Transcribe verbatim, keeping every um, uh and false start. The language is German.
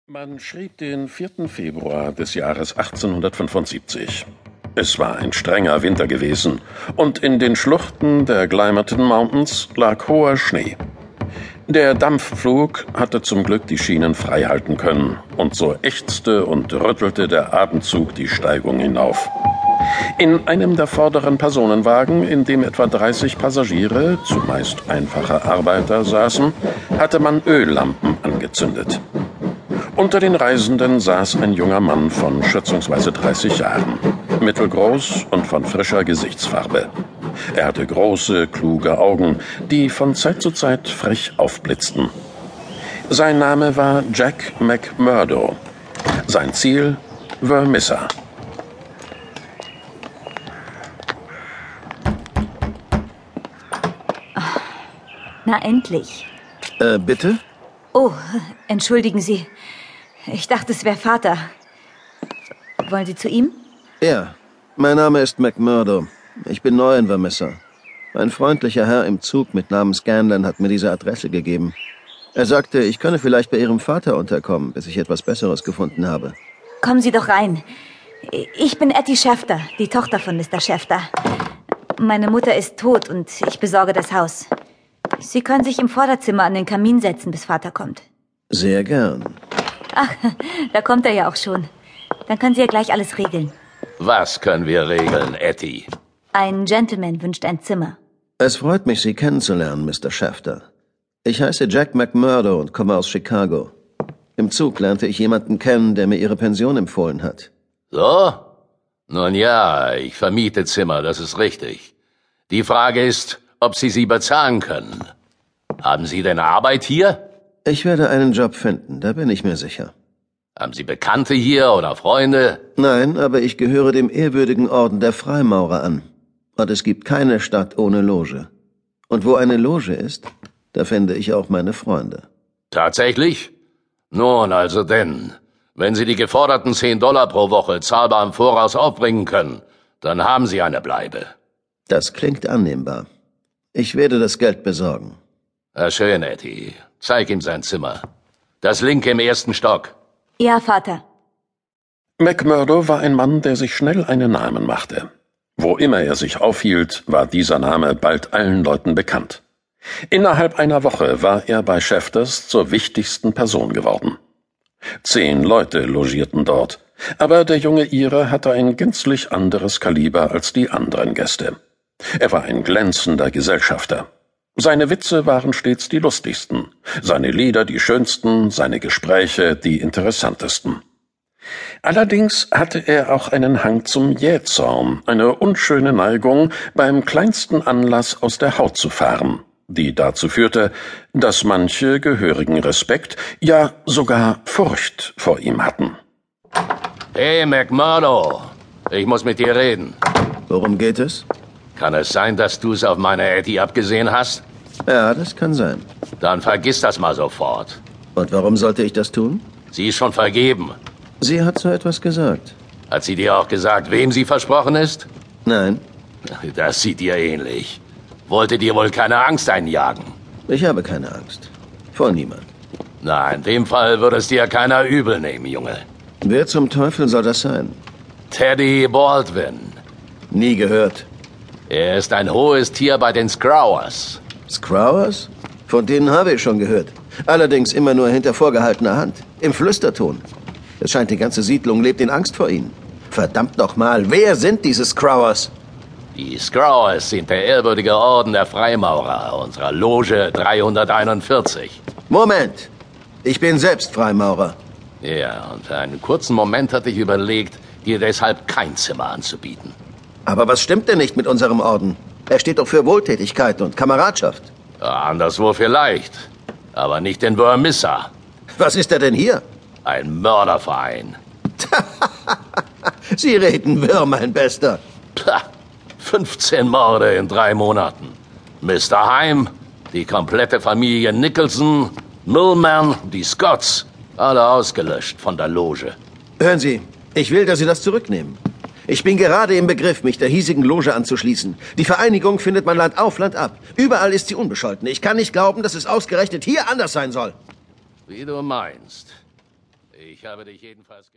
Man schrieb den vierten Februar des Jahres achtzehnhundertfünfundsiebzig. Es war ein strenger Winter gewesen, und in den Schluchten der Glymerton Mountains lag hoher Schnee. Der Dampfflug hatte zum Glück die Schienen frei halten können, und so ächzte und rüttelte der Abendzug die Steigung hinauf. In einem der vorderen Personenwagen, in dem etwa dreißig Passagiere, zumeist einfache Arbeiter, saßen, hatte man Öllampen angezündet. Unter den Reisenden saß ein junger Mann von schätzungsweise dreißig Jahren, mittelgroß und von frischer Gesichtsfarbe. Er hatte große, kluge Augen, die von Zeit zu Zeit frech aufblitzten. Sein Name war Jack McMurdo. Sein Ziel Vermissa. Na, endlich. Äh, bitte? Oh, entschuldigen Sie. Ich dachte, es wäre Vater. Wollen Sie zu ihm? Ja, mein Name ist McMurdo. Ich bin neu in Vermissa. Ein freundlicher Herr im Zug mit Namen Scanlon hat mir diese Adresse gegeben. Er sagte, ich könne vielleicht bei Ihrem Vater unterkommen, bis ich etwas Besseres gefunden habe. Kommen Sie doch rein. Ich bin Etty Schefter, die Tochter von Mister Schefter. Meine Mutter ist tot und ich besorge das Haus. Sie können sich im Vorderzimmer an den Kamin setzen, bis Vater kommt. Sehr gern. Ach, da kommt er ja auch schon. Dann können Sie ja gleich alles regeln. Was können wir regeln, Etty? Ein Gentleman wünscht ein Zimmer. Es freut mich, Sie kennenzulernen, Mister Schefter. Ich heiße Jack McMurdo und komme aus Chicago. Im Zug lernte ich jemanden kennen, der mir Ihre Pension empfohlen hat. So? Nun ja, ich vermiete Zimmer, das ist richtig. Die Frage ist, ob Sie sie bezahlen können. Haben Sie denn Arbeit hier? Ich werde einen Job finden, da bin ich mir sicher. Haben Sie Bekannte hier oder Freunde? Nein, aber ich gehöre dem ehrwürdigen Orden der Freimaurer an. Und es gibt keine Stadt ohne Loge. Und wo eine Loge ist, da finde ich auch meine Freunde. Tatsächlich? Nun, also denn, wenn Sie die geforderten zehn Dollar pro Woche zahlbar im Voraus aufbringen können, dann haben Sie eine Bleibe. Das klingt annehmbar. Ich werde das Geld besorgen. Na schön, Etty. Zeig ihm sein Zimmer. Das linke im ersten Stock. Ja, Vater. McMurdo war ein Mann, der sich schnell einen Namen machte. Wo immer er sich aufhielt, war dieser Name bald allen Leuten bekannt. Innerhalb einer Woche war er bei Schefters zur wichtigsten Person geworden. Zehn Leute logierten dort, aber der junge Ire hatte ein gänzlich anderes Kaliber als die anderen Gäste. Er war ein glänzender Gesellschafter. Seine Witze waren stets die lustigsten, seine Lieder die schönsten, seine Gespräche die interessantesten. Allerdings hatte er auch einen Hang zum Jähzorn, eine unschöne Neigung, beim kleinsten Anlass aus der Haut zu fahren, die dazu führte, dass manche gehörigen Respekt, ja sogar Furcht vor ihm hatten. Hey, McMurdo, ich muss mit dir reden. Worum geht es? Kann es sein, dass du es auf meine Etty abgesehen hast? Ja, das kann sein. Dann vergiss das mal sofort. Und warum sollte ich das tun? Sie ist schon vergeben. Sie hat so etwas gesagt. Hat sie dir auch gesagt, wem sie versprochen ist? Nein. Das sieht dir ähnlich. Wollte dir wohl keine Angst einjagen? Ich habe keine Angst. Vor niemand. Na, in dem Fall würde es dir keiner übel nehmen, Junge. Wer zum Teufel soll das sein? Teddy Baldwin. Nie gehört. Er ist ein hohes Tier bei den Scrowers. Scrowers? Von denen habe ich schon gehört. Allerdings immer nur hinter vorgehaltener Hand. Im Flüsterton. Es scheint, die ganze Siedlung lebt in Angst vor ihnen. Verdammt nochmal, wer sind diese Scrowers? Die Scrowers sind der ehrwürdige Orden der Freimaurer, unserer Loge dreihunderteinundvierzig. Moment! Ich bin selbst Freimaurer. Ja, und für einen kurzen Moment hatte ich überlegt, dir deshalb kein Zimmer anzubieten. Aber was stimmt denn nicht mit unserem Orden? Er steht doch für Wohltätigkeit und Kameradschaft. Ja, anderswo vielleicht, aber nicht in Vermissa. Was ist er denn hier? Ein Mörderverein. Sie reden wirr, mein Bester. Pah, fünfzehn Morde in drei Monaten. Mister Heim, die komplette Familie Nicholson, Millman, die Scotts, alle ausgelöscht von der Loge. Hören Sie, ich will, dass Sie das zurücknehmen. Ich bin gerade im Begriff, mich der hiesigen Loge anzuschließen. Die Vereinigung findet man Land auf, Land ab. Überall ist sie unbescholten. Ich kann nicht glauben, dass es ausgerechnet hier anders sein soll. Wie du meinst. Ich habe dich jedenfalls